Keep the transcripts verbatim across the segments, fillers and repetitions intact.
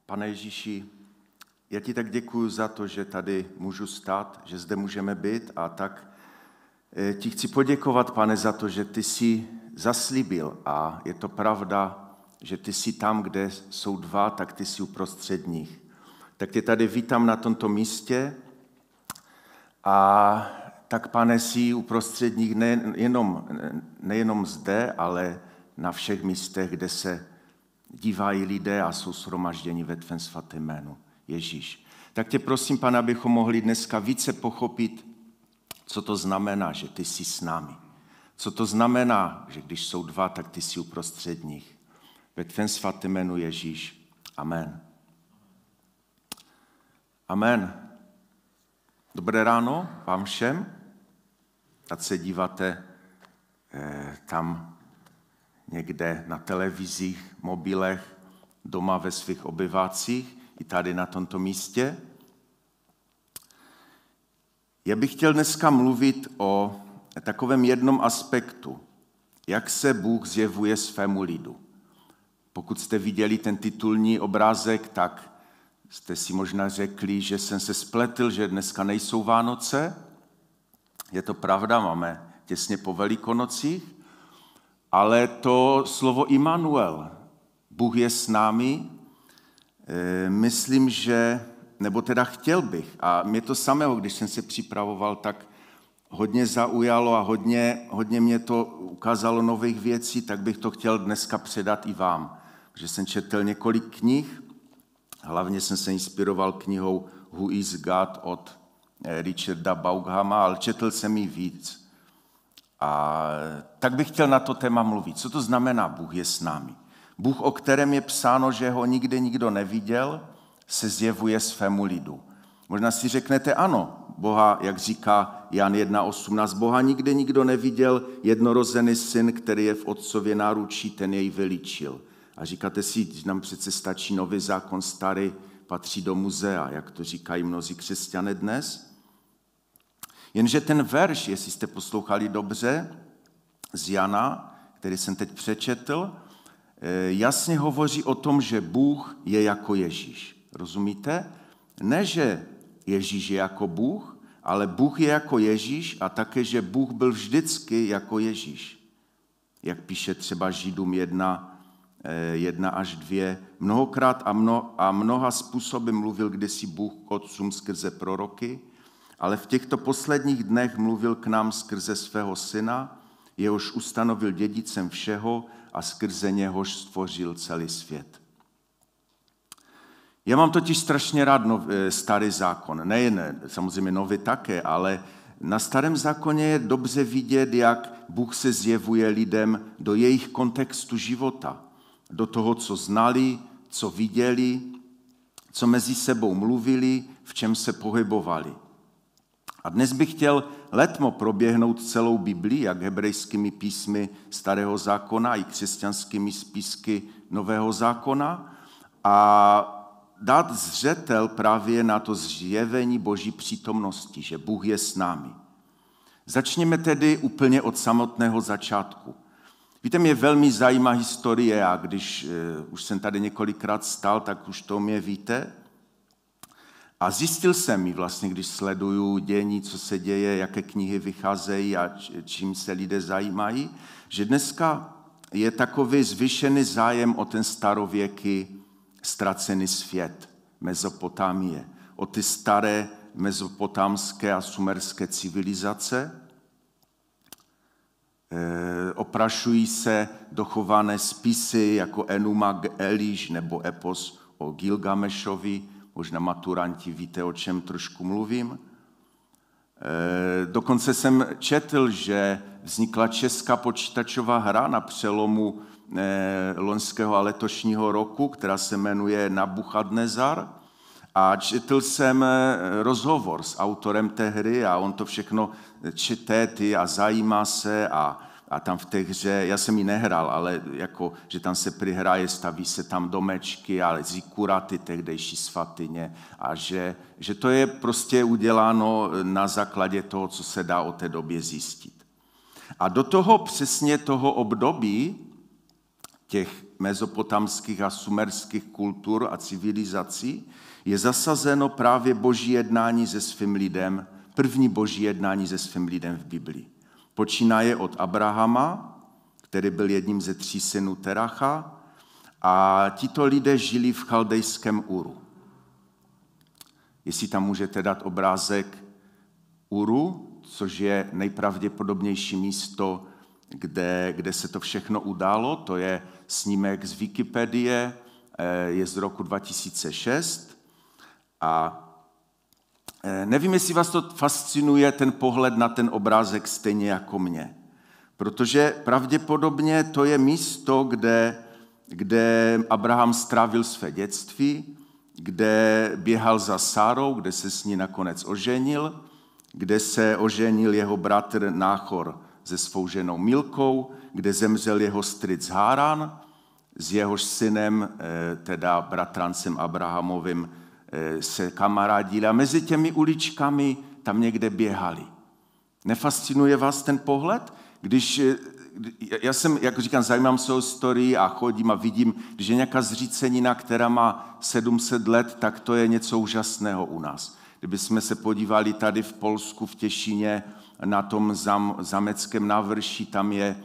Pane Ježíši, já ti tak děkuju za to, že tady můžu stát, že zde můžeme být a tak ti chci poděkovat, Pane, za to, že ty jsi zaslíbil a je to pravda, že ty jsi tam, kde jsou dva, tak ty jsi uprostřed nich. Tak tě tady vítám na tomto místě a tak, Pane, jsi uprostřed nich nejenom, nejenom zde, ale na všech místech, kde se dívají lidé a jsou shromažděni ve tvém svatém jménu, Ježíš. Tak tě prosím, Pane, abychom mohli dneska více pochopit, co to znamená, že ty jsi s námi. Co to znamená, že když jsou dva, tak ty jsi uprostřed nich. Ve tvém svatém jménu, Ježíš. Amen. Amen. Dobré ráno vám všem. Ať se díváte eh, tam někde na televizích, mobilech, doma ve svých obyvácích, i tady na tomto místě. Já bych chtěl dneska mluvit o takovém jednom aspektu, jak se Bůh zjevuje svému lidu. Pokud jste viděli ten titulní obrázek, tak jste si možná řekli, že jsem se spletl, že dneska nejsou Vánoce. Je to pravda, máme těsně po Velikonocích, ale to slovo Immanuel, Bůh je s námi, myslím, že, nebo teda chtěl bych, a mě to samého, když jsem se připravoval, tak hodně zaujalo a hodně, hodně mě to ukázalo nových věcí, tak bych to chtěl dneska předat i vám. Že jsem četl několik knih, hlavně jsem se inspiroval knihou Who is God od Richarda Baughama, ale četl jsem ji víc. A tak bych chtěl na to téma mluvit. Co to znamená Bůh je s námi? Bůh, o kterém je psáno, že ho nikdy nikdo neviděl, se zjevuje svému lidu. Možná si řeknete, ano, Boha, jak říká Jan jedna osmnáct, Boha nikdy nikdo neviděl, jednorozený syn, který je v otcově náručí, ten jej veličil. A říkáte si, že nám přece stačí nový zákon, starý patří do muzea, jak to říkají mnozí křesťané dnes. Jenže ten verš, jestli jste poslouchali dobře, z Jana, který jsem teď přečetl, jasně hovoří o tom, že Bůh je jako Ježíš. Rozumíte? Ne, že Ježíš je jako Bůh, ale Bůh je jako Ježíš a také, že Bůh byl vždycky jako Ježíš. Jak píše třeba Židům jedna, jedna až dvě. Mnohokrát a, mno, a mnoha způsoby mluvil kdysi Bůh k otcům skrze proroky, ale v těchto posledních dnech mluvil k nám skrze svého syna, jehož ustanovil dědicem všeho a skrze něhož stvořil celý svět. Já mám totiž strašně rád nov, starý zákon. Nejen samozřejmě nový také, ale na starém zákoně je dobře vidět, jak Bůh se zjevuje lidem do jejich kontextu života. Do toho, co znali, co viděli, co mezi sebou mluvili, v čem se pohybovali. A dnes bych chtěl letmo proběhnout celou Biblii, jak hebrejskými písmy Starého zákona i křesťanskými spisky Nového zákona a dát zřetel právě na to zjevení Boží přítomnosti, že Bůh je s námi. Začněme tedy úplně od samotného začátku. Víte, mě velmi zajímá historie a když uh, už jsem tady několikrát stál, tak už to mě víte. A zjistil jsem ji vlastně, když sleduju dění, co se děje, jaké knihy vycházejí a čím se lidé zajímají, že dneska je takový zvyšený zájem o ten starověký ztracený svět, Mezopotámie, o ty staré mezopotámské a sumerské civilizace. E, oprašují se dochované spisy jako Enuma Eliš nebo epos o Gilgamešovi, možná maturanti víte, o čem trošku mluvím. E, dokonce jsem četl, že vznikla česká počítačová hra na přelomu e, loňského a letošního roku, která se jmenuje Nabuchadnezar. A četl jsem rozhovor s autorem té hry a on to všechno čte ty a zajímá se a, a tam v té hře, já jsem ji nehrál, ale jako, že tam se přihraje, staví se tam domečky a zikuraty tehdejší svatyně a že, že to je prostě uděláno na základě toho, co se dá o té době zjistit. A do toho přesně toho období těch mezopotamských a sumerských kultur a civilizací, je zasazeno právě boží jednání se svým lidem, první boží jednání se svým lidem v Biblii. Počínaje od Abrahama, který byl jedním ze tří synů Teracha, a tito lidé žili v chaldejském Uru. Jestli tam můžete dát obrázek Uru, což je nejpravděpodobnější místo, kde, kde se to všechno událo, to je snímek z Wikipedie, je z roku dva tisíce šest. A nevím, jestli vás to fascinuje, ten pohled na ten obrázek stejně jako mě. Protože pravděpodobně to je místo, kde, kde Abraham strávil své dětství, kde běhal za Sárou, kde se s ní nakonec oženil, kde se oženil jeho bratr Náchor se svou ženou Milkou, kde zemřel jeho strýc Háran, s jehož synem, teda bratrancem Abrahamovým, se kamarádili a mezi těmi uličkami tam někde běhali. Nefascinuje vás ten pohled? Když, já jsem, jak říkám, zajímám se o historii a chodím a vidím, když je nějaká zřícenina, která má sedm set let, tak to je něco úžasného u nás. Kdybychom se podívali tady v Polsku, v Těšíně, na tom zam, zameckém návrší, tam je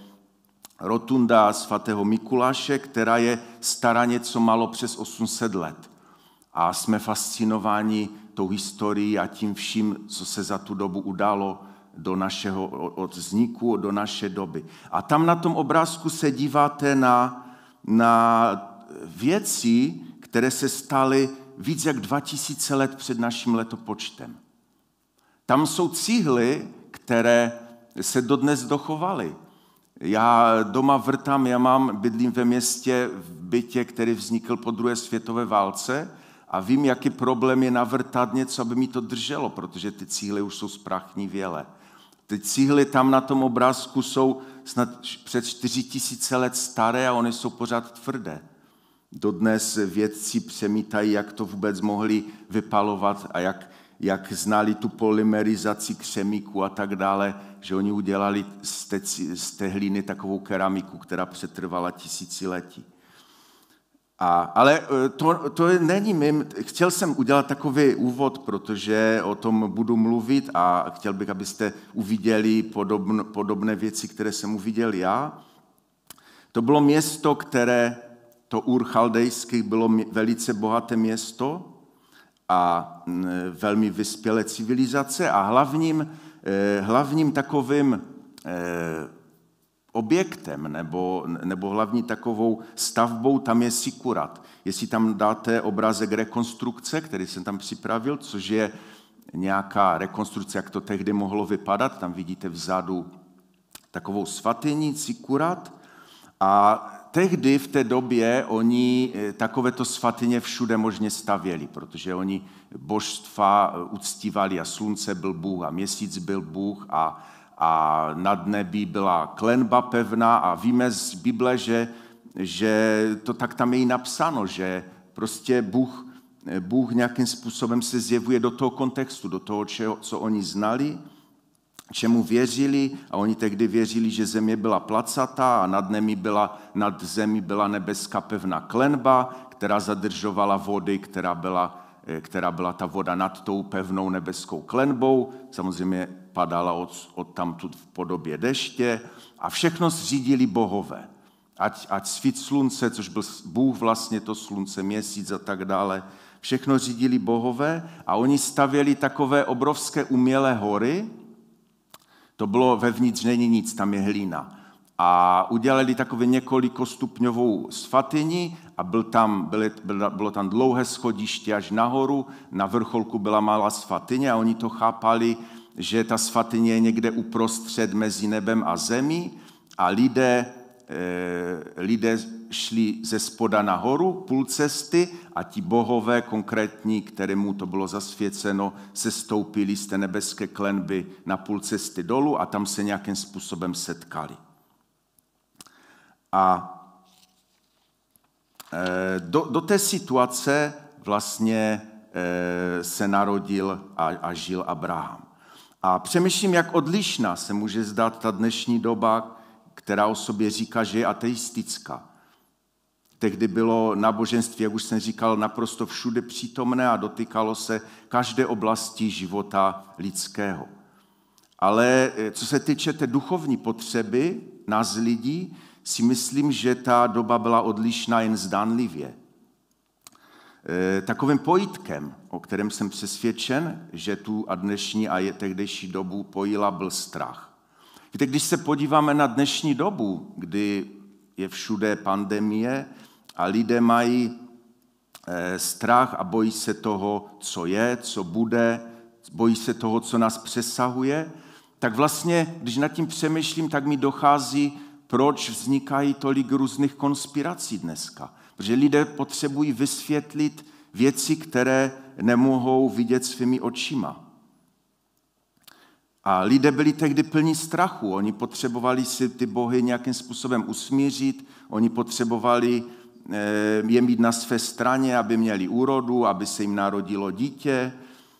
rotunda svatého Mikuláše, která je stará něco málo přes osm set let. A jsme fascinováni tou historií a tím vším, co se za tu dobu událo do našeho, od vzniku do naší doby. A tam na tom obrázku se díváte na, na věci, které se staly víc jak dva tisíce let před naším letopočtem. Tam jsou cihly, které se dodnes dochovaly. Já doma vrtám, já mám, bydlím ve městě v bytě, který vznikl po druhé světové válce a vím, jaký problém je navrtat něco, aby mi to drželo, protože ty cihly už jsou zprachnivělé. Ty cihly tam na tom obrázku jsou snad před čtyři tisíce let staré a oni jsou pořád tvrdé. Dodnes vědci přemítají, jak to vůbec mohli vypalovat a jak, jak znali tu polymerizaci křemíku a tak dále, že oni udělali z té, z té hlíny takovou keramiku, která přetrvala tisíciletí. A, ale to, to není mým, chtěl jsem udělat takový úvod, protože o tom budu mluvit a chtěl bych, abyste uviděli podobn, podobné věci, které jsem uviděl já. To bylo město, které, to Ur chaldejský, bylo velice bohaté město a velmi vyspělé civilizace a hlavním, hlavním takovým objektem nebo, nebo hlavní takovou stavbou tam je sikurat. Jestli tam dáte obrázek rekonstrukce, který jsem tam připravil, což je nějaká rekonstrukce, jak to tehdy mohlo vypadat, tam vidíte vzadu takovou svatyni, sikurat. A tehdy v té době oni takovéto svatyně všude možně stavěli, protože oni božstva uctívali a slunce byl Bůh a měsíc byl Bůh a a nad nebí byla klenba pevná a víme z Bible, že, že to tak tam je i napsáno, že prostě Bůh, Bůh nějakým způsobem se zjevuje do toho kontextu, do toho, čeho, co oni znali, čemu věřili a oni tehdy věřili, že země byla placatá a nad, nemi byla, nad zemí byla nebeská pevná klenba, která zadržovala vody, která byla, která byla ta voda nad tou pevnou nebeskou klenbou, samozřejmě padala od, od tamtud v podobě deště a všechno zřídili bohové. Ať, ať svít slunce, což byl Bůh vlastně to slunce, měsíc a tak dále, všechno řídili bohové a oni stavěli takové obrovské umělé hory, to bylo vevnitř není nic, tam je hlína. A udělali takové několikostupňovou svatyni a byl tam, byly, bylo tam dlouhé schodiště až nahoru, na vrcholku byla malá svatyně a oni to chápali, že ta svatyně je někde uprostřed mezi nebem a zemí a lidé, e, lidé šli ze spoda nahoru, půl cesty a ti bohové konkrétní, kterému to bylo zasvěceno, se stoupili z té nebeské klenby na půl cesty dolů a tam se nějakým způsobem setkali. A e, do, do té situace vlastně e, se narodil a, a žil Abraham. A přemýšlím, jak odlišná se může zdát ta dnešní doba, která o sobě říká, že je ateistická. Tehdy bylo náboženství, jak už jsem říkal, naprosto všude přítomné a dotýkalo se každé oblasti života lidského. Ale co se týče té duchovní potřeby nás lidí, si myslím, že ta doba byla odlišná jen zdánlivě. Takovým pojítkem, o kterém jsem přesvědčen, že tu a dnešní a tehdejší dobu pojila, byl strach. Víte, když se podíváme na dnešní dobu, kdy je všude pandemie a lidé mají strach a bojí se toho, co je, co bude, bojí se toho, co nás přesahuje, tak vlastně, když nad tím přemýšlím, tak mi dochází, proč vznikají tolik různých konspirací dneska. Protože lidé potřebují vysvětlit věci, které nemohou vidět svými očima. A lidé byli tehdy plní strachu, oni potřebovali si ty bohy nějakým způsobem usmířit, oni potřebovali je mít na své straně, aby měli úrodu, aby se jim narodilo dítě.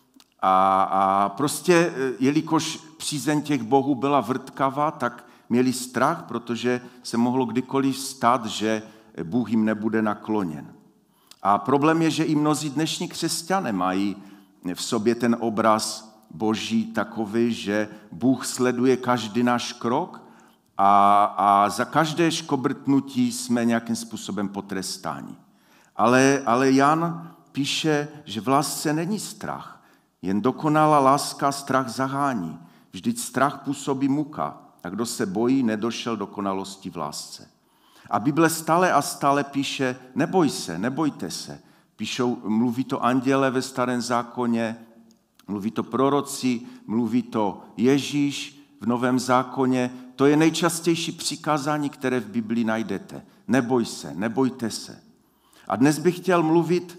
A, a prostě, jelikož přízeň těch bohů byla vrtkavá, tak měli strach, protože se mohlo kdykoliv stát, že Bůh jim nebude nakloněn. A problém je, že i mnozí dnešní křesťané mají v sobě ten obraz Boží takový, že Bůh sleduje každý náš krok a, a za každé škobrtnutí jsme nějakým způsobem potrestáni. Ale, ale Jan píše, že v lásce není strach, jen dokonalá láska strach zahání. Vždyť strach působí muka, a kdo se bojí, nedošel dokonalosti v lásce. A Bible stále a stále píše, neboj se, nebojte se. Píšou, mluví to anděle ve Starém zákoně, mluví to proroci, mluví to Ježíš v Novém zákoně. To je nejčastější přikázání, které v Biblii najdete. Neboj se, nebojte se. A dnes bych chtěl mluvit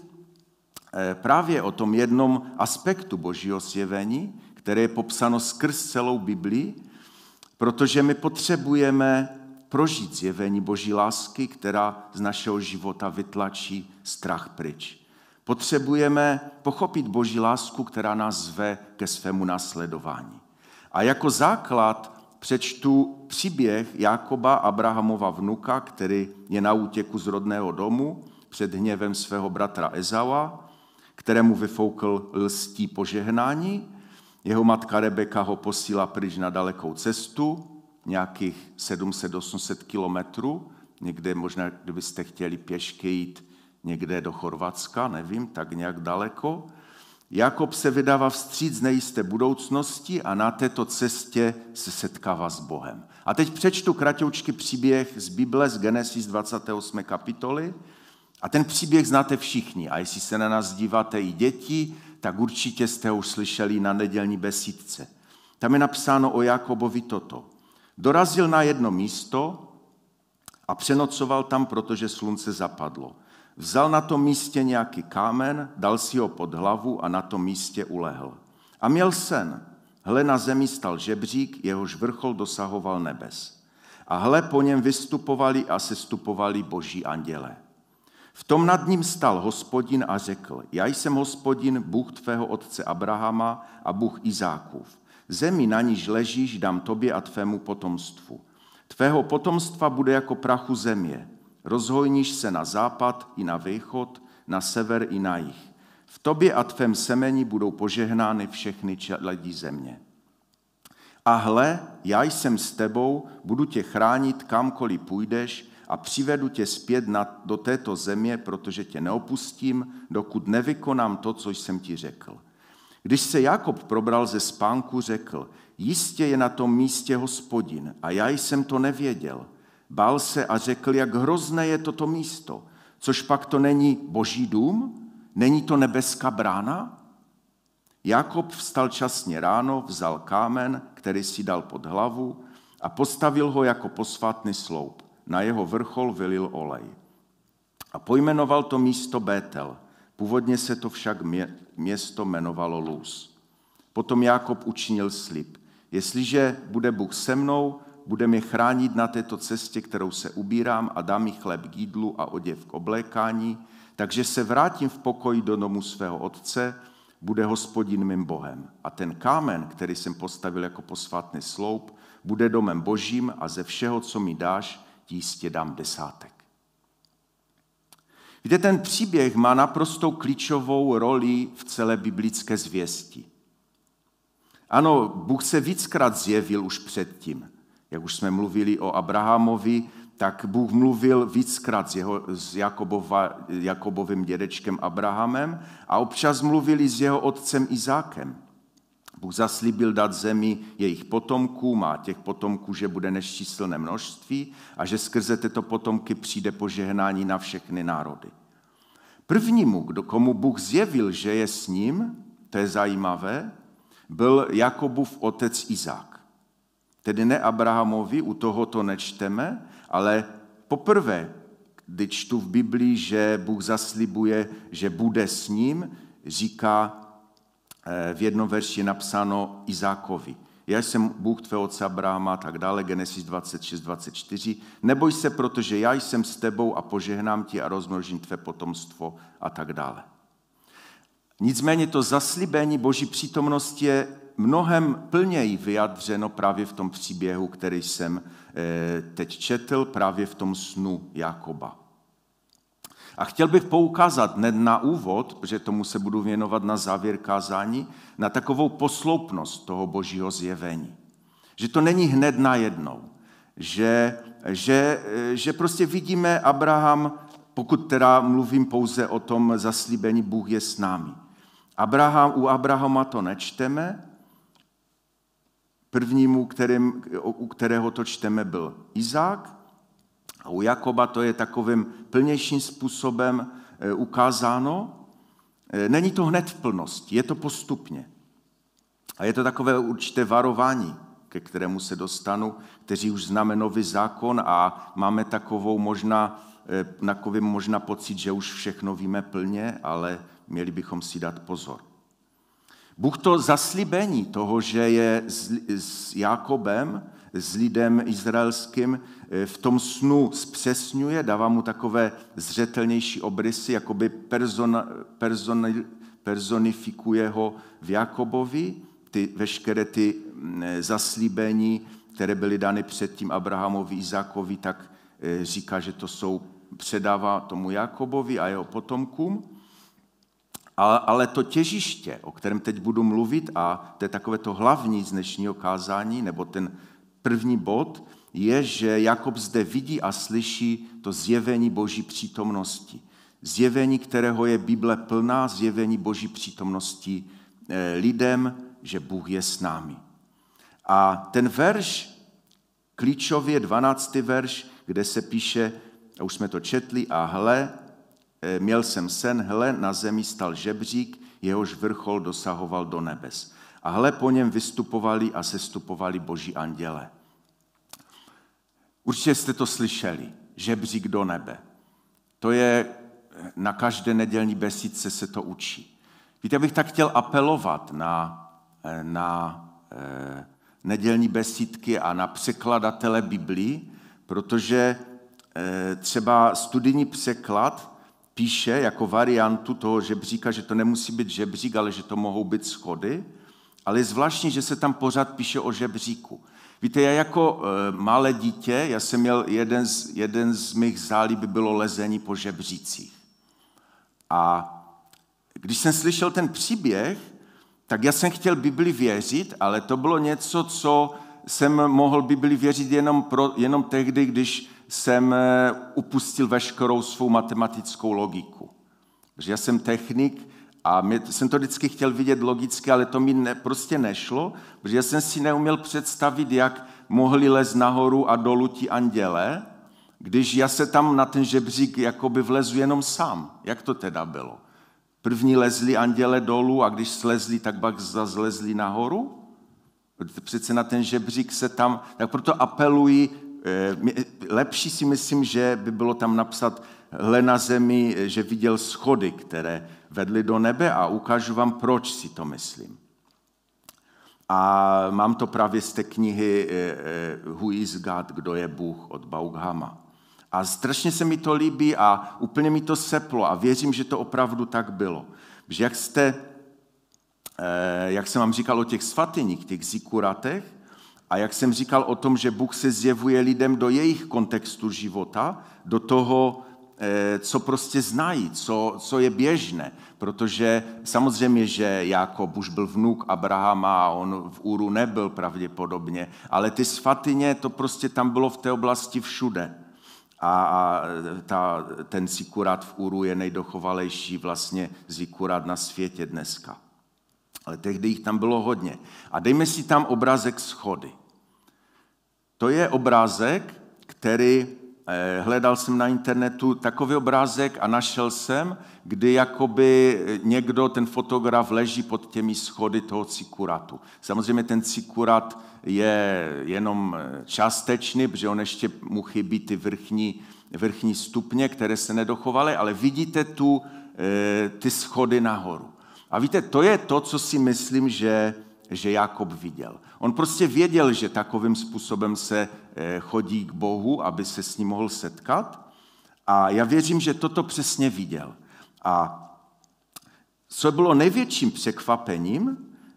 právě o tom jednom aspektu Božího zjevení, které je popsáno skrz celou Biblii, protože my potřebujeme prožít zjevení Boží lásky, která z našeho života vytlačí strach pryč. Potřebujeme pochopit Boží lásku, která nás zve ke svému následování. A jako základ přečtu příběh Jákoba, Abrahamova vnuka, který je na útěku z rodného domu před hněvem svého bratra Ezaua, kterému vyfoukl lstí požehnání. Jeho matka Rebeka ho posílá pryč na dalekou cestu, nějakých sedm set osm set kilometrů, někde možná, kdybyste chtěli pěšky jít někde do Chorvatska, nevím, tak nějak daleko. Jakob se vydává vstříc nejisté budoucnosti a na této cestě se setkává s Bohem. A teď přečtu kratoučký příběh z Bible, z Genesis dvacáté osmé kapitoly. A ten příběh znáte všichni. A jestli se na nás díváte i děti, tak určitě jste ho už slyšeli na nedělní besídce. Tam je napsáno o Jakobovi toto. Dorazil na jedno místo a přenocoval tam, protože slunce zapadlo. Vzal na tom místě nějaký kámen, dal si ho pod hlavu a na tom místě ulehl. A měl sen. Hle, na zemi stal žebřík, jehož vrchol dosahoval nebes. A hle, po něm vystupovali a sestupovali boží andělé. V tom nad ním stal Hospodin a řekl, já jsem Hospodin, Bůh tvého otce Abrahama a Bůh Izákův. Zemi, na níž ležíš, dám tobě a tvému potomstvu. Tvého potomstva bude jako prachu země. Rozhojníš se na západ i na východ, na sever i na jih. V tobě a tvém semeni budou požehnány všechny lidi země. A hle, já jsem s tebou, budu tě chránit kamkoliv půjdeš a přivedu tě zpět na, do této země, protože tě neopustím, dokud nevykonám to, co jsem ti řekl. Když se Jakob probral ze spánku, řekl, jistě je na tom místě Hospodin a já jsem to nevěděl. Bál se a řekl, jak hrozné je toto místo, což pak to není Boží dům, není to nebeská brána? Jakob vstal časně ráno, vzal kámen, který si dal pod hlavu a postavil ho jako posvátný sloup. Na jeho vrchol vylil olej. A pojmenoval to místo Bétel. Původně se to však město jmenovalo Luz. Potom Jákob učinil slib. Jestliže bude Bůh se mnou, bude mě chránit na této cestě, kterou se ubírám a dám mi chléb k jídlu a oděv k oblékání, takže se vrátím v pokoji do domu svého otce, bude Hospodin mým Bohem. A ten kámen, který jsem postavil jako posvátný sloup, bude domem Božím a ze všeho, co mi dáš, ti jistě dám desátek. Víte, ten příběh má naprostou klíčovou roli v celé biblické zvěsti. Ano, Bůh se víckrát zjevil už předtím. Jak už jsme mluvili o Abrahamovi, tak Bůh mluvil víckrát s, jeho, s Jakobova, Jakobovým dědečkem Abrahamem a občas mluvili s jeho otcem Izákem. Bůh zaslíbil dát zemi jejich potomkům a těch potomků, že bude nesčíslné množství a že skrze tyto potomky přijde požehnání na všechny národy. Prvnímu, kdo, komu Bůh zjevil, že je s ním, to je zajímavé, byl Jakobův otec Izák. Tedy ne Abrahamovi, u toho to nečteme, ale poprvé, kdy čtu v Biblii, že Bůh zaslibuje, že bude s ním, říká v jednom verši je napsáno Izákovi. Já jsem Bůh tvého otce Abrahama a tak dále, Genesis dvacet šest dvacet čtyři. Neboj se, protože já jsem s tebou a požehnám ti a rozmnožím tvé potomstvo a tak dále. Nicméně to zaslíbení Boží přítomnosti je mnohem plněji vyjadřeno právě v tom příběhu, který jsem teď četl, právě v tom snu Jakoba. A chtěl bych poukázat hned na úvod, protože tomu se budu věnovat na závěr kázání, na takovou posloupnost toho Božího zjevení. Že to není hned najednou. Že, že, že prostě vidíme Abraham, pokud teda mluvím pouze o tom zaslíbení, Bůh je s námi. Abraham, u Abrahama to nečteme. Prvnímu, kterým, u kterého to čteme, byl Izák. A u Jakoba to je takovým plnějším způsobem ukázáno. Není to hned v plnosti, je to postupně. A je to takové určité varování, ke kterému se dostanu, kteří už známe nový zákon a máme takovou možná, takový možná pocit, že už všechno víme plně, ale měli bychom si dát pozor. Bůh to zaslíbení toho, že je s Jakobem, s lidem izraelským, v tom snu zpřesňuje, dává mu takové zřetelnější obrysy, jakoby person, person, personifikuje ho v Jakobovi, ty, veškeré ty zaslíbení, které byly dány předtím Abrahamovi, Izákovi, tak říká, že to jsou, předává tomu Jakobovi a jeho potomkům. Ale to těžiště, o kterém teď budu mluvit, a to je takové to hlavní z dnešního kázání, nebo ten první bod, je, že Jakob zde vidí a slyší to zjevení Boží přítomnosti. Zjevení, kterého je Bible plná, zjevení Boží přítomnosti lidem, že Bůh je s námi. A ten verš, klíčově dvanáctý verš, kde se píše, a už jsme to četli, a hle, měl jsem sen, hle, na zemi stal žebřík, jehož vrchol dosahoval do nebes. A hle, po něm vystupovali a sestupovali Boží anděle. Určitě jste to slyšeli, žebřík do nebe. To je, na každé nedělní besídce se to učí. Víte, já bych tak chtěl apelovat na, na eh, nedělní besídky a na překladatele Biblii, protože eh, třeba studijní překlad píše jako variantu toho žebříka, že to nemusí být žebřík, ale že to mohou být schody, ale je zvláštní, že se tam pořád píše o žebříku. Víte, já jako e, malé dítě, já jsem měl, jeden z, jeden z mých zálibů bylo lezení po žebřících. A když jsem slyšel ten příběh, tak já jsem chtěl Bibli věřit, ale to bylo něco, co jsem mohl Bibli věřit jenom, pro, jenom tehdy, když jsem upustil veškerou svou matematickou logiku. Protože já jsem technik a mě, jsem to vždycky chtěl vidět logicky, ale to mi ne, prostě nešlo, protože já jsem si neuměl představit, jak mohli lézt nahoru a dolů ti anděle, když já se tam na ten žebřík jakoby vlezu jenom sám. Jak to teda bylo? První lezli anděle dolů a když slezli, tak pak zazlezli nahoru? Přece na ten žebřík se tam... Tak proto apeluji, lepší si myslím, že by bylo tam napsat hle na zemi, že viděl schody, které vedly do nebe a ukážu vám, proč si to myslím. A mám to právě z té knihy Who is God, kdo je Bůh od Baughama. A strašně se mi to líbí a úplně mi to seplo a věřím, že to opravdu tak bylo. Protože jak jste, jak jsem vám říkal o těch svatyních, těch zikuratech, a jak jsem říkal o tom, že Bůh se zjevuje lidem do jejich kontextu života, do toho, co prostě znají, co, co je běžné. Protože samozřejmě, že Jákob už byl vnuk Abrahama a on v Úru nebyl pravděpodobně, ale ty svatyně, to prostě tam bylo v té oblasti všude. A, a ta, ten zikurát v Úru je nejdochovalejší vlastně zikurát na světě dneska. Ale tehdy jich tam bylo hodně. A dejme si tam obrázek schody. To je obrázek, který eh, hledal jsem na internetu, takový obrázek a našel jsem, kdy jakoby někdo, ten fotograf, leží pod těmi schody toho zikurátu. Samozřejmě ten zikurát je jenom částečný, protože on ještě mu chybí ty vrchní, vrchní stupně, které se nedochovaly, ale vidíte tu eh, ty schody nahoru. A víte, to je to, co si myslím, že, že Jákob viděl. On prostě věděl, že takovým způsobem se chodí k Bohu, aby se s ním mohl setkat. A já věřím, že toto přesně viděl. A co bylo největším překvapením,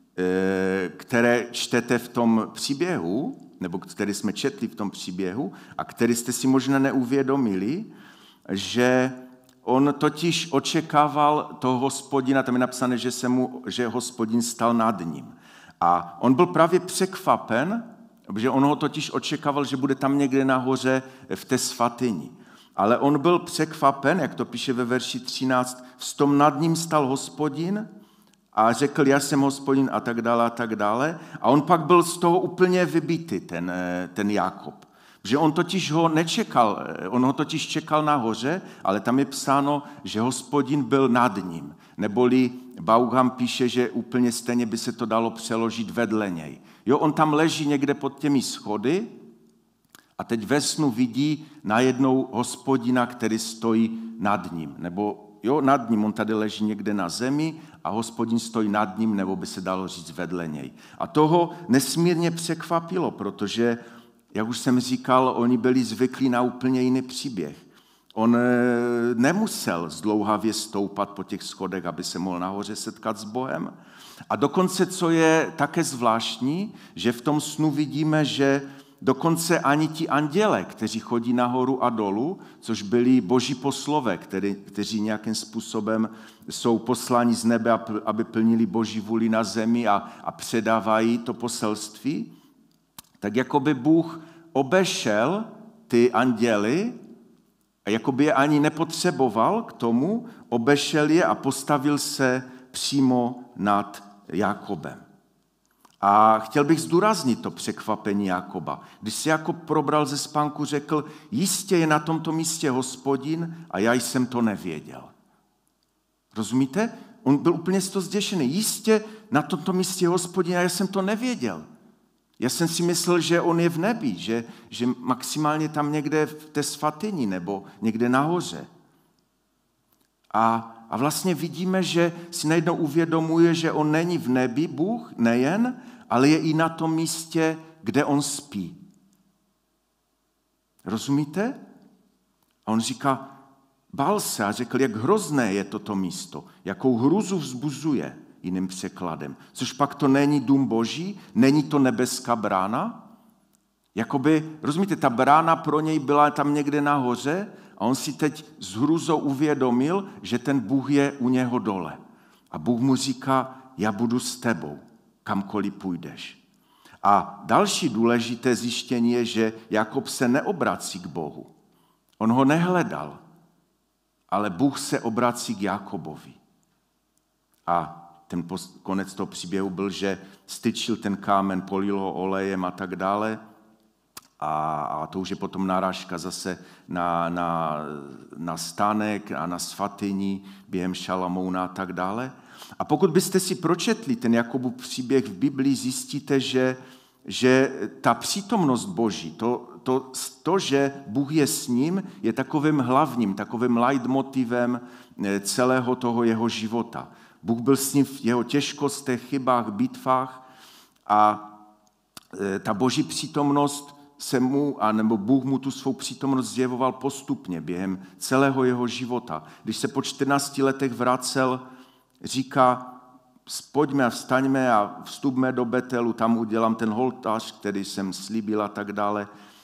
které čtete v tom příběhu, nebo který jsme četli v tom příběhu, a který jste si možná neuvědomili, že on totiž očekával toho Hospodina, tam je napsané, že, se mu, že Hospodin stal nad ním. A on byl právě překvapen, protože on ho totiž očekával, že bude tam někde nahoře v té svatyni. Ale on byl překvapen, jak to píše ve verši třináct, v tom nad ním stal Hospodin a řekl, já jsem Hospodin a tak dále a tak dále. A on pak byl z toho úplně vybitý, ten, ten Jákob. Že on totiž ho nečekal, on ho totiž čekal nahoře, ale tam je psáno, že Hospodin byl nad ním. Neboli Bauham píše, že úplně stejně by se to dalo přeložit vedle něj. Jo, on tam leží někde pod těmi schody a teď ve snu vidí najednou Hospodina, který stojí nad ním. Nebo jo, nad ním, on tady leží někde na zemi a Hospodin stojí nad ním, nebo by se dalo říct vedle něj. A toho nesmírně překvapilo, protože jak už jsem říkal, oni byli zvyklí na úplně jiný příběh. On nemusel zdlouhavě stoupat po těch schodech, aby se mohl nahoře setkat s Bohem. A dokonce, co je také zvláštní, že v tom snu vidíme, že dokonce ani ti anděle, kteří chodí nahoru a dolů, což byli boží poslové, který, kteří nějakým způsobem jsou posláni z nebe, aby plnili boží vůli na zemi a, a předávají to poselství, tak jako by Bůh obešel ty anděly a jako by je ani nepotřeboval k tomu, obešel je a postavil se přímo nad Jákobem. A chtěl bych zdůraznit to překvapení Jákoba. Když se Jákob probral ze spánku, řekl, jistě je na tomto místě Hospodin a já jsem to nevěděl. Rozumíte? On byl úplně z toho zděšený. Jistě na tomto místě Hospodin a já jsem to nevěděl. Já jsem si myslel, že on je v nebi, že, že maximálně tam někde v té svatyni nebo někde nahoře. A, a vlastně vidíme, že si najednou uvědomuje, že on není v nebi, Bůh, nejen, ale je i na tom místě, kde on spí. Rozumíte? A on říká, bál se a řekl, jak hrozné je toto místo, jakou hruzu vzbuzuje. Jiným překladem. Což pak to není dům boží, není to nebeská brána. Jakoby, rozumíte, ta brána pro něj byla tam někde nahoře a on si teď s hrůzou uvědomil, že ten Bůh je u něho dole. A Bůh mu říká, já budu s tebou, kamkoliv půjdeš. A další důležité zjištění je, že Jakob se neobrací k Bohu. On ho nehledal, ale Bůh se obrací k Jakobovi. A ten konec toho příběhu byl, že styčil ten kámen, polil ho olejem a tak dále. A, a to už je potom narážka zase na, na, na stánek a na svatyni během Šalamouna a tak dále. A pokud byste si pročetli ten Jakobův příběh v Biblii, zjistíte, že, že ta přítomnost Boží, to, to, to, že Bůh je s ním, je takovým hlavním, takovým leitmotivem celého toho jeho života. Bůh byl s ním v jeho těžkostech, chybách, bitvách a ta boží přítomnost se mu, anebo Bůh mu tu svou přítomnost zjevoval postupně během celého jeho života. Když se po čtrnácti letech vracel, říká, pojďme a vstaňme a vstupme do Betelu, tam udělám ten oltář, který jsem slíbil a tak dále.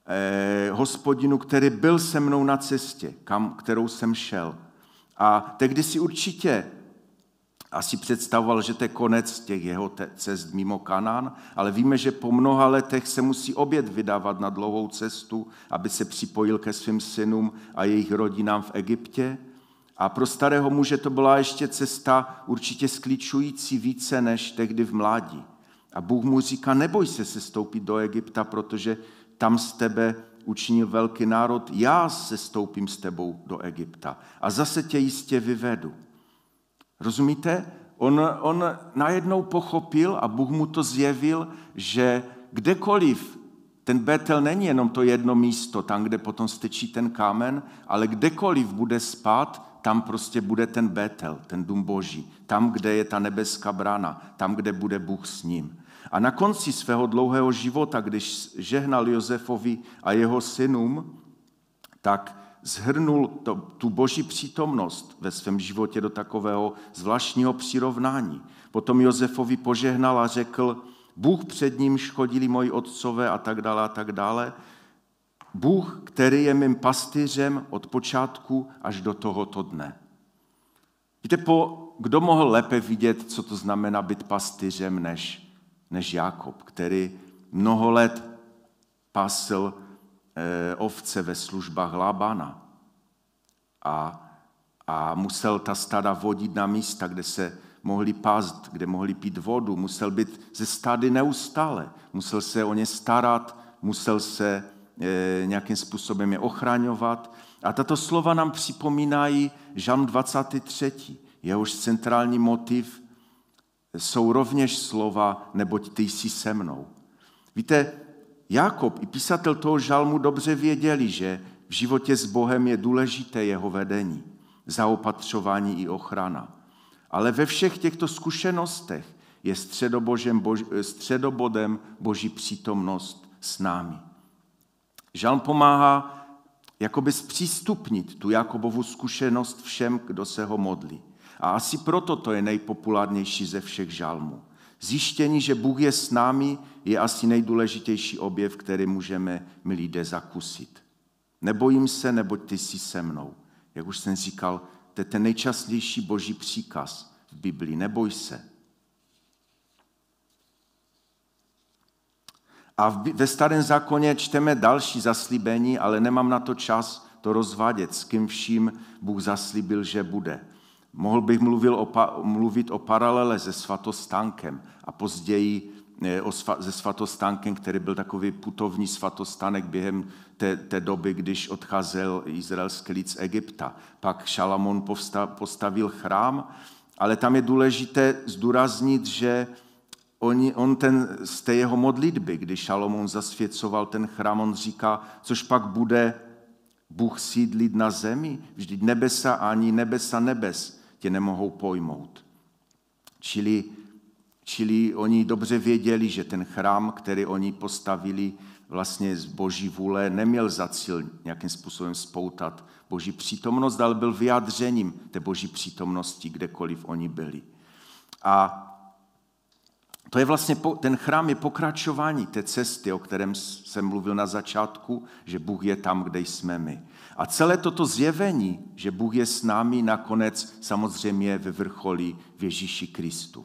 eh, Hospodinu, který byl se mnou na cestě, kam, kterou jsem šel. A tehdy si určitě asi představoval, že to je konec těch jeho cest mimo Kanán, ale víme, že po mnoha letech se musí opět vydávat na dlouhou cestu, aby se připojil ke svým synům a jejich rodinám v Egyptě. A pro starého muže to byla ještě cesta určitě skličující více než tehdy v mládí. A Bůh mu říká, neboj se sestoupit do Egypta, protože tam z tebe učinil velký národ, já sestoupím s tebou do Egypta a zase tě jistě vyvedu. Rozumíte? On, on najednou pochopil a Bůh mu to zjevil, že kdekoliv, ten Betel není jenom to jedno místo, tam, kde potom stečí ten kámen, ale kdekoliv bude spát, tam prostě bude ten Betel, ten dům Boží, tam, kde je ta nebeská brána, tam, kde bude Bůh s ním. A na konci svého dlouhého života, když žehnal Josefovi a jeho synům, tak zhrnul to, tu Boží přítomnost ve svém životě do takového zvláštního přirovnání. Potom Josefovi požehnal a řekl, Bůh před ním chodili moji otcové a tak dále a tak dále. Bůh, který je mým pastýřem od počátku až do tohoto dne. Víte, po, kdo mohl lépe vidět, co to znamená být pastýřem, než, než Jákob, který mnoho let pasl eh, ovce ve službách Lábana a, a musel ta stáda vodit na místa, kde se mohli pást, kde mohli pít vodu, musel být ze stády neustále, musel se o ně starat, musel se e, nějakým způsobem je ochraňovat. A tato slova nám připomínají Žalm dvacátý třetí Jehož centrální motiv jsou rovněž slova, neboť ty jsi se mnou. Víte, Jákob i písatel toho žalmu dobře věděli, že v životě s Bohem je důležité jeho vedení, zaopatřování i ochrana. Ale ve všech těchto zkušenostech je středobodem Boží přítomnost s námi. Žalm pomáhá jakoby zpřístupnit tu Jakobovu zkušenost všem, kdo se ho modlí. A asi proto to je nejpopulárnější ze všech žalmů. Zjištění, že Bůh je s námi, je asi nejdůležitější objev, který můžeme my lidé zakusit. Nebojím se, neboť ty jsi se mnou. Jak už jsem říkal, to je ten nejčastější Boží příkaz v Biblii. Neboj se. A ve Starém zákoně čteme další zaslíbení, ale nemám na to čas to rozvádět, s kým vším Bůh zaslíbil, že bude. Mohl bych mluvil o, mluvit o paralele se svatostánkem a později o, se svatostánkem, který byl takový putovní svatostánek během té, té doby, když odcházel izraelský lid z Egypta. Pak Šalamón postavil chrám, ale tam je důležité zdůraznit, že on, on ten, z té jeho modlitby, když Šalamón zasvěcoval ten chrám, on říká, což pak bude Bůh sídlit na zemi, vždyť nebesa ani nebesa nebes tě nemohou pojmout. Čili, čili oni dobře věděli, že ten chrám, který oni postavili vlastně z Boží vůle, neměl za cíl nějakým způsobem spoutat Boží přítomnost, ale byl vyjádřením té Boží přítomnosti, kdekoliv oni byli. A to je vlastně, ten chrám je pokračování té cesty, o kterém jsem mluvil na začátku, že Bůh je tam, kde jsme my. A celé toto zjevení, že Bůh je s námi, nakonec samozřejmě vyvrcholí v Ježíši Kristu.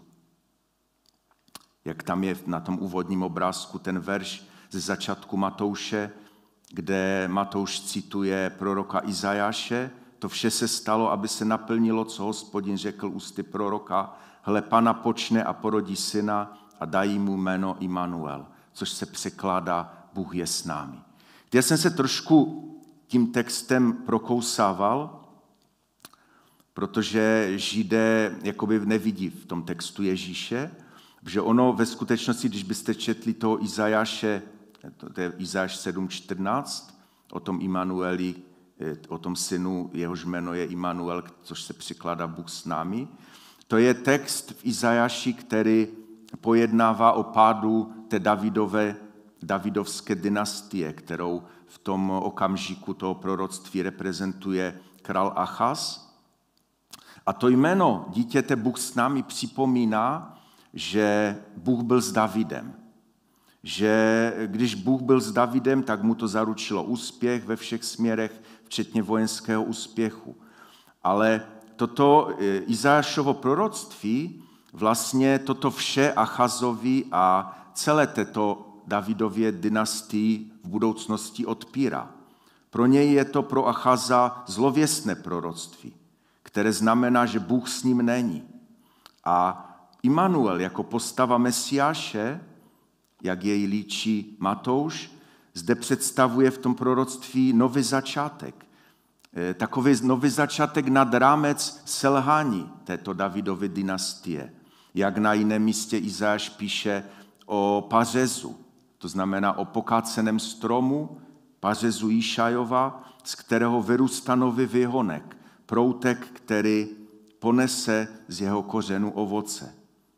Jak tam je na tom úvodním obrázku ten verš ze začátku Matouše, kde Matouš cituje proroka Izajáše, to vše se stalo, aby se naplnilo, co Hospodin řekl ústy proroka, hle, Pana počne a porodí syna a dají mu jméno Immanuel, což se překládá Bůh je s námi. Já jsem se trošku tím textem prokousával, protože Židé jakoby nevidí v tom textu Ježíše, že ono ve skutečnosti, když byste četli toho Izajáše, to je Izajáš sedm čtrnáct, o tom Immanueli, o tom synu, jehož jméno je Immanuel, což se překládá Bůh s námi, to je text v Izajáši, který pojednává o pádu té Davidové, Davidovské dynastie, kterou v tom okamžiku toho proroctví reprezentuje král Achaz. A to jméno dítěte Bůh s námi připomíná, že Bůh byl s Davidem. že když Bůh byl s Davidem, tak mu to zaručilo úspěch ve všech směrech, včetně vojenského úspěchu. Ale toto Izajášovo proroctví, vlastně toto vše Achazovi a celé této Davidově dynastii v budoucnosti odpírá. Pro něj je to pro Achaza zlověstné proroctví, které znamená, že Bůh s ním není. A Immanuel jako postava Mesiáše, jak jej líčí Matouš, zde představuje v tom proroctví nový začátek. Takový nový začátek nad rámec selhání této Davidovy dynastie. Jak na jiném místě Izajáš píše o pařezu, to znamená o pokáceném stromu, pařezu Jíšajova, z kterého vyrůstá nový výhonek, proutek, který ponese z jeho kořenu ovoce.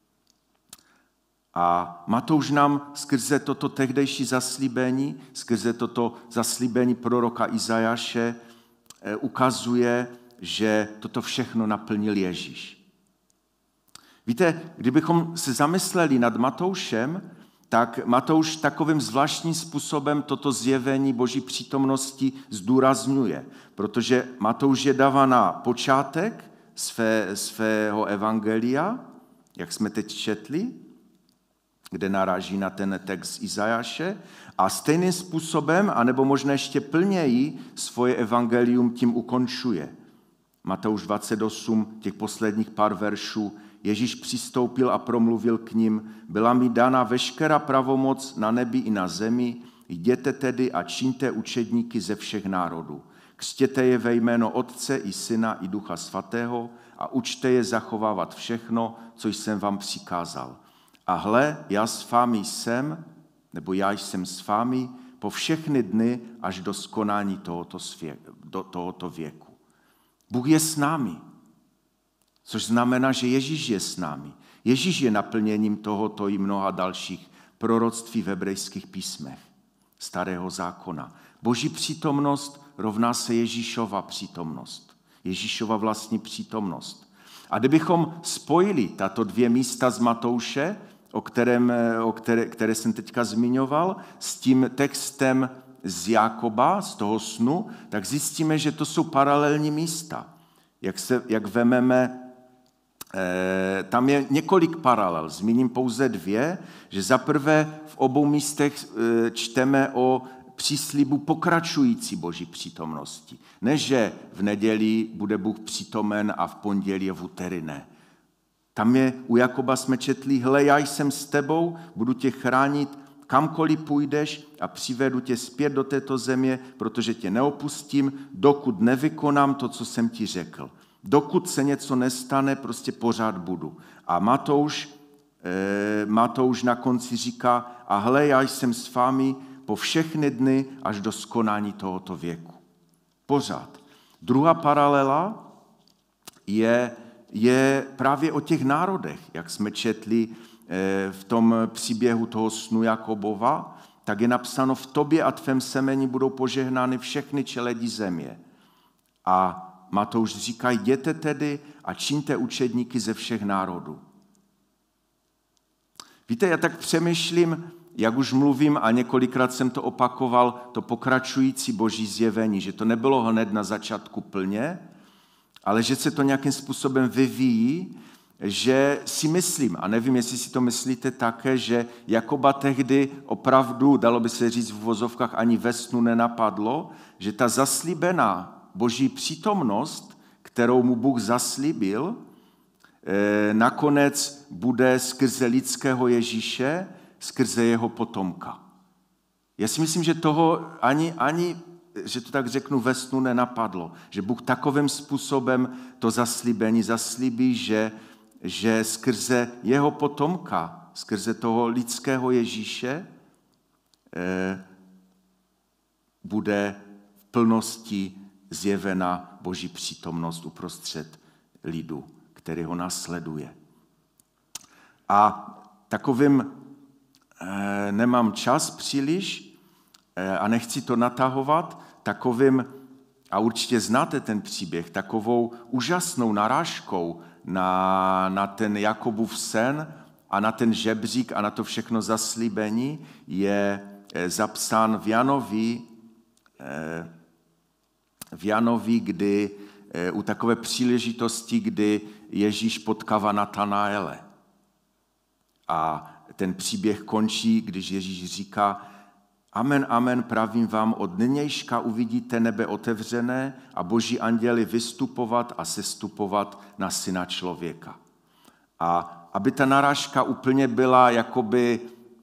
A Matouš nám skrze toto tehdejší zaslíbení, skrze toto zaslíbení proroka Izajáše ukazuje, že toto všechno naplnil Ježíš. Víte, kdybychom se zamysleli nad Matoušem, tak Matouš takovým zvláštním způsobem toto zjevení Boží přítomnosti zdůrazňuje, protože Matouš je dává na počátek své, svého evangelia, jak jsme teď četli, kde naráží na ten text Izajáše, a stejným způsobem, anebo možná ještě plněji, svoje evangelium tím ukončuje. Matouš dvacet osm, těch posledních pár veršů, Ježíš přistoupil a promluvil k nim, byla mi dána veškerá pravomoc na nebi i na zemi, jděte tedy a čiňte učedníky ze všech národů. Křtěte je ve jméno Otce i Syna i Ducha Svatého a učte je zachovávat všechno, co jsem vám přikázal. A hle, já s vámi jsem, nebo já jsem s vámi po všechny dny až do skonání tohoto, svě- do tohoto věku. Bůh je s námi, což znamená, že Ježíš je s námi. Ježíš je naplněním tohoto i mnoha dalších proroctví v hebrejských písmech Starého zákona. Boží přítomnost rovná se Ježíšova přítomnost. Ježíšova vlastní přítomnost. A kdybychom spojili tato dvě místa z Matouše, o, kterém, o které, které jsem teďka zmiňoval, s tím textem z Jákoba, z toho snu, tak zjistíme, že to jsou paralelní místa. Jak, se, jak vememe, eh, tam je několik paralel, zmíním pouze dvě, že zaprvé v obou místech eh, čteme o příslibu pokračující Boží přítomnosti. Ne, že v neděli bude Bůh přítomen a v pondělí a v úterý ne. Tam je, u Jakoba jsme četli, hle, já jsem s tebou, budu tě chránit, kamkoliv půjdeš a přivedu tě zpět do této země, protože tě neopustím, dokud nevykonám to, co jsem ti řekl. Dokud se něco nestane, prostě pořád budu. A Matouš, eh, Matouš na konci říká, a hle, já jsem s vámi po všechny dny až do skonání tohoto věku. Pořád. Druhá paralela je, je právě o těch národech, jak jsme četli v tom příběhu toho snu Jakobova, tak je napsáno, v tobě a tvém semeni budou požehnány všechny čeledi země. A Matouš říká, jděte tedy a čiňte učedníky ze všech národů. Víte, já tak přemýšlím, jak už mluvím a několikrát jsem to opakoval, to pokračující Boží zjevení, že to nebylo hned na začátku plně, ale že se to nějakým způsobem vyvíjí, že si myslím, a nevím, jestli si to myslíte také, že Jakoba tehdy opravdu, dalo by se říct v uvozovkách, ani ve snu nenapadlo, že ta zaslíbená Boží přítomnost, kterou mu Bůh zaslíbil, nakonec bude skrze lidského Ježíše, skrze jeho potomka. Já si myslím, že toho ani, ani, že to tak řeknu, ve snu nenapadlo, že Bůh takovým způsobem to zaslíbení zaslíbí, že, že skrze jeho potomka, skrze toho lidského Ježíše eh, bude v plnosti zjevena Boží přítomnost uprostřed lidu, který ho následuje. A takovým eh, nemám čas příliš eh, a nechci to natahovat, takovým, a určitě znáte ten příběh, takovou úžasnou narážkou na, na ten Jakobův sen a na ten žebřík a na to všechno zaslíbení je zapsán v Janovi, v Janovi, kdy u takové příležitosti, kdy Ježíš potkává Natanaele. A ten příběh končí, když Ježíš říká: Amen, amen, pravím vám, od nynějška uvidíte nebe otevřené a boží anděli vystupovat a sestupovat na syna člověka. A aby ta narážka úplně byla jakoby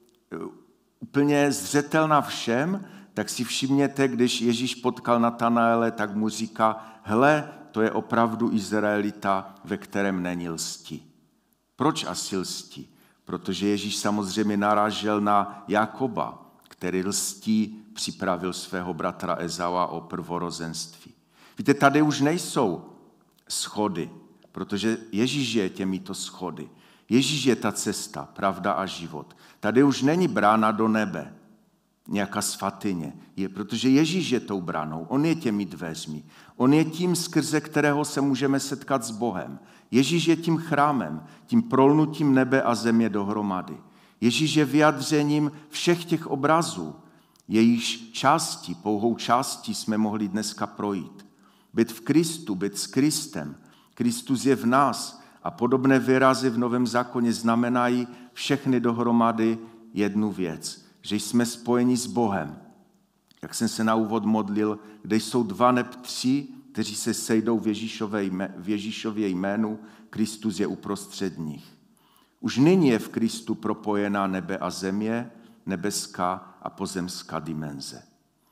úplně zřetelná všem, tak si všimněte, když Ježíš potkal Natanaele, tak mu říká: hle, to je opravdu Izraelita, ve kterém není lsti. Proč asi lsti? Protože Ježíš samozřejmě narážel na Jakoba, který lstí připravil svého bratra Ezaua o prvorozenství. Víte, tady už nejsou schody, protože Ježíš je těmito schody. Ježíš je ta cesta, pravda a život. Tady už není brána do nebe, nějaká svatyně, je, protože Ježíš je tou branou, on je těmi dveřmi, on je tím, skrze kterého se můžeme setkat s Bohem. Ježíš je tím chrámem, tím prolnutím nebe a země dohromady. Ježíš je vyjadřením všech těch obrazů, jejichž části, pouhou částí jsme mohli dneska projít. Být v Kristu, být s Kristem. Kristus je v nás a podobné výrazy v Novém zákoně znamenají všechny dohromady jednu věc, že jsme spojeni s Bohem. Jak jsem se na úvod modlil, kde jsou dva neb tři, kteří se sejdou v Ježíšově jménu, Kristus je uprostřed nich. Už nyní je v Kristu propojená nebe a země, nebeská a pozemská dimenze.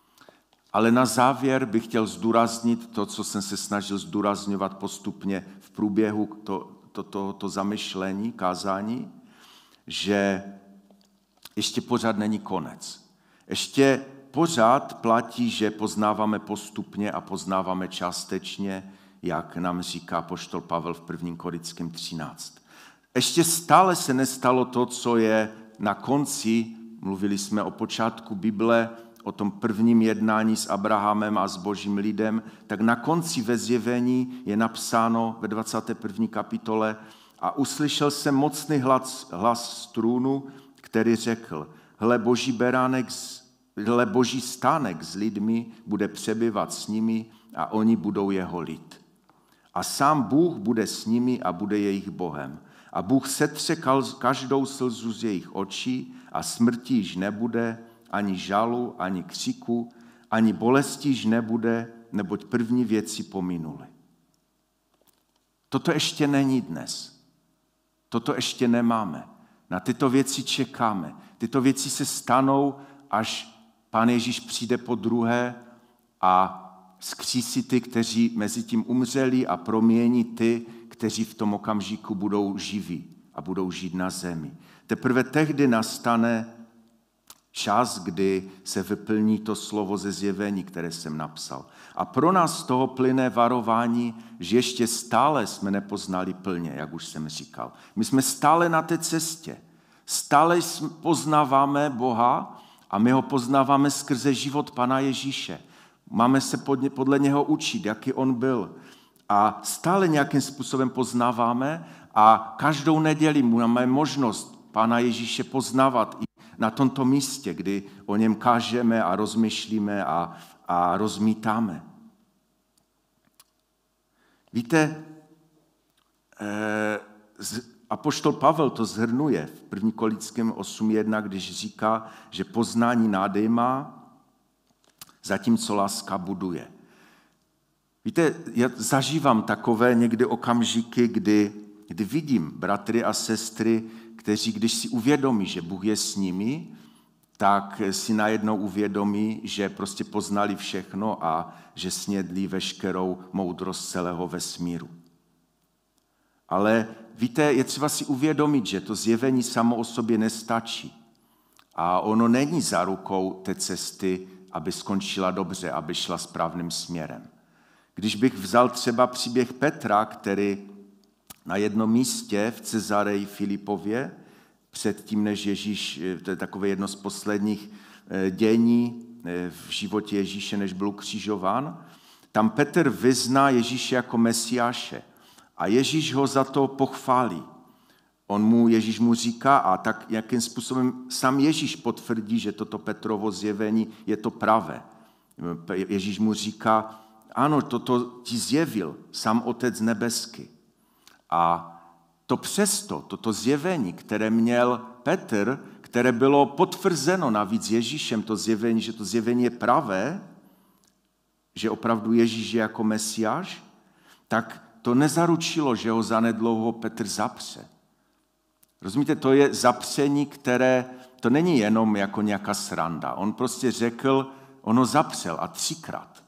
Ale na závěr bych chtěl zdůraznit to, co jsem se snažil zdůrazňovat postupně v průběhu to, to, to, to zamyšlení, kázání, že ještě pořád není konec. Ještě pořád platí, že poznáváme postupně a poznáváme částečně, jak nám říká apoštol Pavel v prvním Korinským třináct. Ještě stále se nestalo to, co je na konci, mluvili jsme o počátku Bible, o tom prvním jednání s Abrahamem a s božím lidem, tak na konci ve Zjevení je napsáno ve dvacáté první kapitole: a uslyšel jsem mocný hlas, hlas z trůnu, který řekl: hle, boží beránek, hle, boží stánek s lidmi bude přebyvat s nimi a oni budou jeho lid. A sám Bůh bude s nimi a bude jejich Bohem. A Bůh setře každou slzu z jejich očí a smrti již nebude, ani žalu, ani křiku, ani bolesti již nebude, neboť první věci pominuly. Toto ještě není dnes. Toto ještě nemáme. Na tyto věci čekáme. Tyto věci se stanou, až Pán Ježíš přijde po druhé a vzkřísí ty, kteří mezi tím umřeli, a promění ty, kteří v tom okamžiku budou živí a budou žít na zemi. Teprve tehdy nastane čas, kdy se vyplní to slovo ze Zjevení, které jsem napsal. A pro nás z toho plyne varování, že ještě stále jsme nepoznali plně, jak už jsem říkal. My jsme stále na té cestě. Stále poznáváme Boha a my ho poznáváme skrze život Pana Ježíše. Máme se podle něho učit, jaký on byl. A stále nějakým způsobem poznáváme a každou neděli máme možnost Pana Ježíše poznávat i na tomto místě, kdy o něm kážeme a rozmyšlíme a, a rozmítáme. Víte, eh, apoštol Pavel to shrnuje v první Korinským osm jedna, když říká, že poznání nádejmá, zatímco láska buduje. Víte, já zažívám takové někdy okamžiky, kdy, kdy vidím bratry a sestry, kteří, když si uvědomí, že Bůh je s nimi, tak si najednou uvědomí, že prostě poznali všechno a že snědli veškerou moudrost celého vesmíru. Ale víte, je třeba si uvědomit, že to zjevení samo o sobě nestačí. A ono není zárukou té cesty, aby skončila dobře, aby šla správným směrem. Když bych vzal třeba příběh Petra, který na jednom místě v Cezareji Filipově, předtím, než Ježíš, to je takové jedno z posledních dění v životě Ježíše, než byl ukřižován, tam Petr vyzná Ježíše jako Mesiáše a Ježíš ho za to pochválí. on mu, Ježíš mu říká, a tak jakým způsobem sám Ježíš potvrdí, že toto Petrovo zjevení je to pravé. Ježíš mu říká, ano, toto ti zjevil sám Otec nebeský. A to přesto, toto zjevení, které měl Petr, které bylo potvrzeno navíc Ježíšem, to zjevení, že to zjevení je pravé, že opravdu Ježíš je jako Mesiáš, tak to nezaručilo, že ho zanedlouho Petr zapře. Rozumíte, to je zapření, které, to není jenom jako nějaká sranda. On prostě řekl, on ho zapřel a třikrát.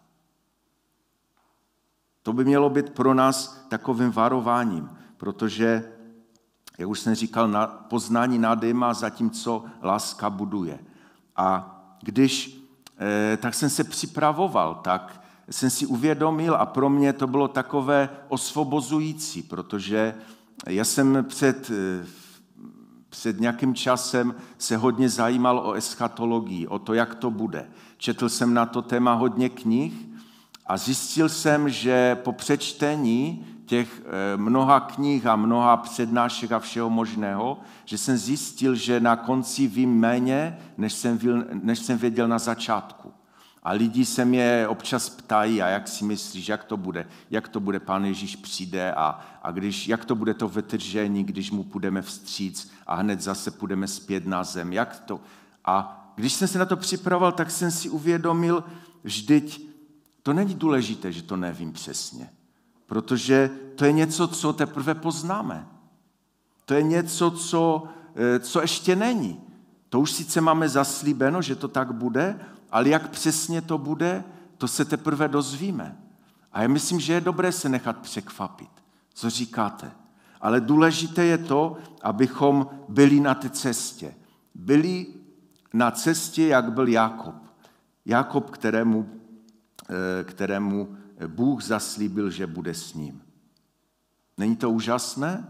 To by mělo být pro nás takovým varováním, protože, jak už jsem říkal, na poznání nadejma, zatímco láska buduje. A když eh, tak jsem se připravoval, tak jsem si uvědomil a pro mě to bylo takové osvobozující, protože já jsem před, před nějakým časem se hodně zajímal o eschatologii, o to, jak to bude. Četl jsem na to téma hodně knih a zjistil jsem, že po přečtení těch mnoha knih a mnoha přednášek a všeho možného, že jsem zjistil, že na konci vím méně, než jsem, věděl, než jsem věděl na začátku. A lidi se mě občas ptají, a jak si myslíš, jak to bude? Jak to bude, Pán Ježíš přijde a, a když, jak to bude to vytržení, když mu půjdeme vstříc a hned zase půjdeme zpět na zem? Jak to? A když jsem se na to připravoval, tak jsem si uvědomil, vždyť to není důležité, že to nevím přesně. Protože to je něco, co teprve poznáme. To je něco, co, co ještě není. To už sice máme zaslíbeno, že to tak bude, ale jak přesně to bude, to se teprve dozvíme. A já myslím, že je dobré se nechat překvapit. Co říkáte? Ale důležité je to, abychom byli na té cestě. Byli na cestě, jak byl Jákob. Jákob, kterému, kterému Bůh zaslíbil, že bude s ním. Není to úžasné?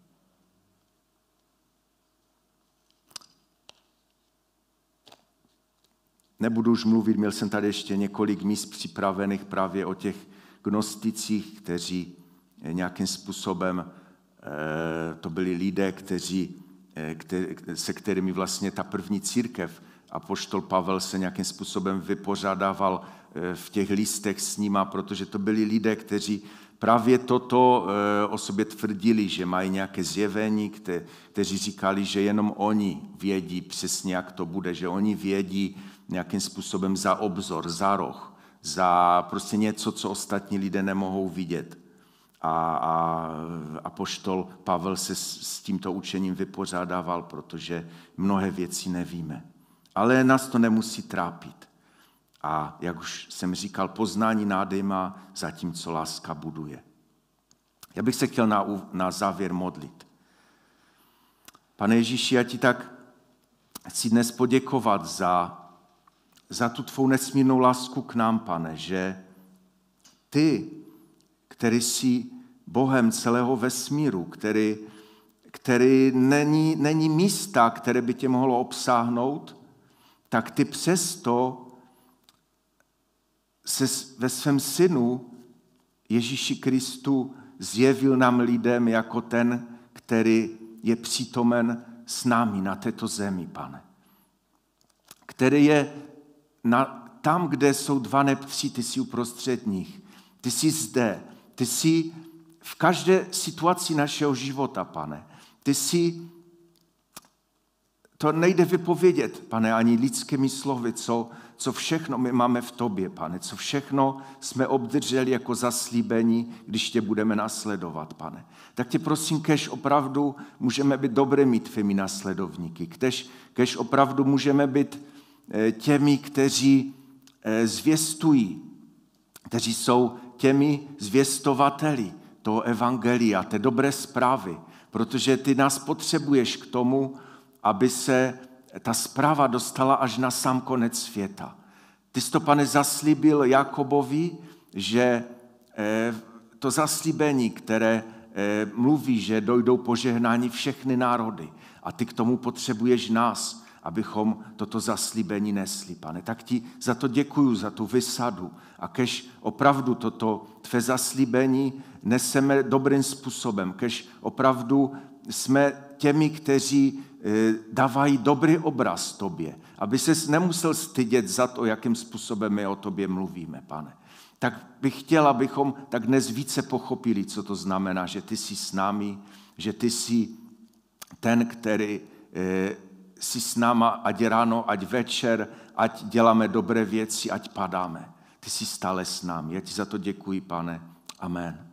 Nebudu už mluvit, měl jsem tady ještě několik míst připravených právě o těch gnosticích, kteří nějakým způsobem, to byli lidé, kteří, se kterými vlastně ta první církev, apoštol Pavel se nějakým způsobem vypořádával v těch listech s nima, protože to byli lidé, kteří právě toto o sobě tvrdili, že mají nějaké zjevení, kte, kteří říkali, že jenom oni vědí přesně, jak to bude, že oni vědí nějakým způsobem za obzor, za roh, za prostě něco, co ostatní lidé nemohou vidět. A, a apoštol Pavel se s, s tímto učením vypořádával, protože mnohé věci nevíme. Ale nás to nemusí trápit. A jak už jsem říkal, poznání nádejma, zatímco láska buduje. Já bych se chtěl na, na závěr modlit. Pane Ježíši, já ti tak chci dnes poděkovat za, za tu tvou nesmírnou lásku k nám, Pane, že ty, který jsi Bohem celého vesmíru, který, který není, není místa, které by tě mohlo obsáhnout, tak ty přesto se ve svém synu Ježíši Kristu zjevil nám lidem jako ten, který je přítomen s námi na této zemi, Pane. Který je na, tam, kde jsou dva neptří, ty jsi uprostřed nich. Ty jsi zde. Ty jsi v každé situaci našeho života, Pane. Ty jsi, to nejde vypovědět, Pane, ani lidskými slovy, co, co všechno my máme v tobě, Pane, co všechno jsme obdrželi jako zaslíbení, když tě budeme nasledovat, Pane. Tak tě prosím, kež opravdu můžeme být dobrými tvými nasledovníky, kež, kež opravdu můžeme být těmi, kteří zvěstují, kteří jsou těmi zvěstovateli toho evangelia, té dobré zprávy, protože ty nás potřebuješ k tomu, aby se ta zpráva dostala až na sám konec světa. Ty jsi to, Pane, zaslíbil Jakobovi, že to zaslíbení, které mluví, že dojdou požehnání všechny národy a ty k tomu potřebuješ nás, abychom toto zaslíbení nesli, Pane. Tak ti za to děkuju, za tu vysadu a kež opravdu toto tvé zaslíbení neseme dobrým způsobem, kež opravdu jsme těmi, kteří dávají dobrý obraz tobě, aby ses nemusel stydět za to, jakým způsobem my o tobě mluvíme, Pane. Tak bych chtěl, abychom tak dnes více pochopili, co to znamená, že ty jsi s námi, že ty jsi ten, který eh, jsi s náma, ať ráno, ať večer, ať děláme dobré věci, ať padáme. Ty jsi stále s námi. Já ti za to děkuji, Pane. Amen.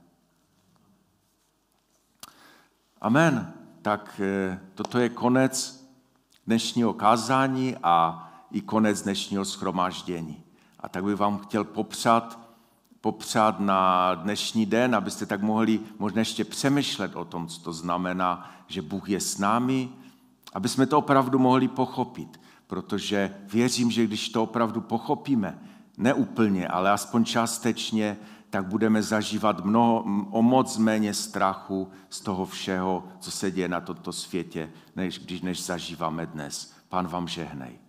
Amen. Tak eh, toto je konec dnešního kázání a i konec dnešního shromáždění. A tak bych vám chtěl popřát, popřát na dnešní den, abyste tak mohli možná ještě přemýšlet o tom, co to znamená, že Bůh je s námi, aby jsme to opravdu mohli pochopit, protože věřím, že když to opravdu pochopíme, ne úplně, ale aspoň částečně, tak budeme zažívat mnoho, o moc méně strachu z toho všeho, co se děje na tomto světě, než když než zažíváme dnes. Pán vám žehnej.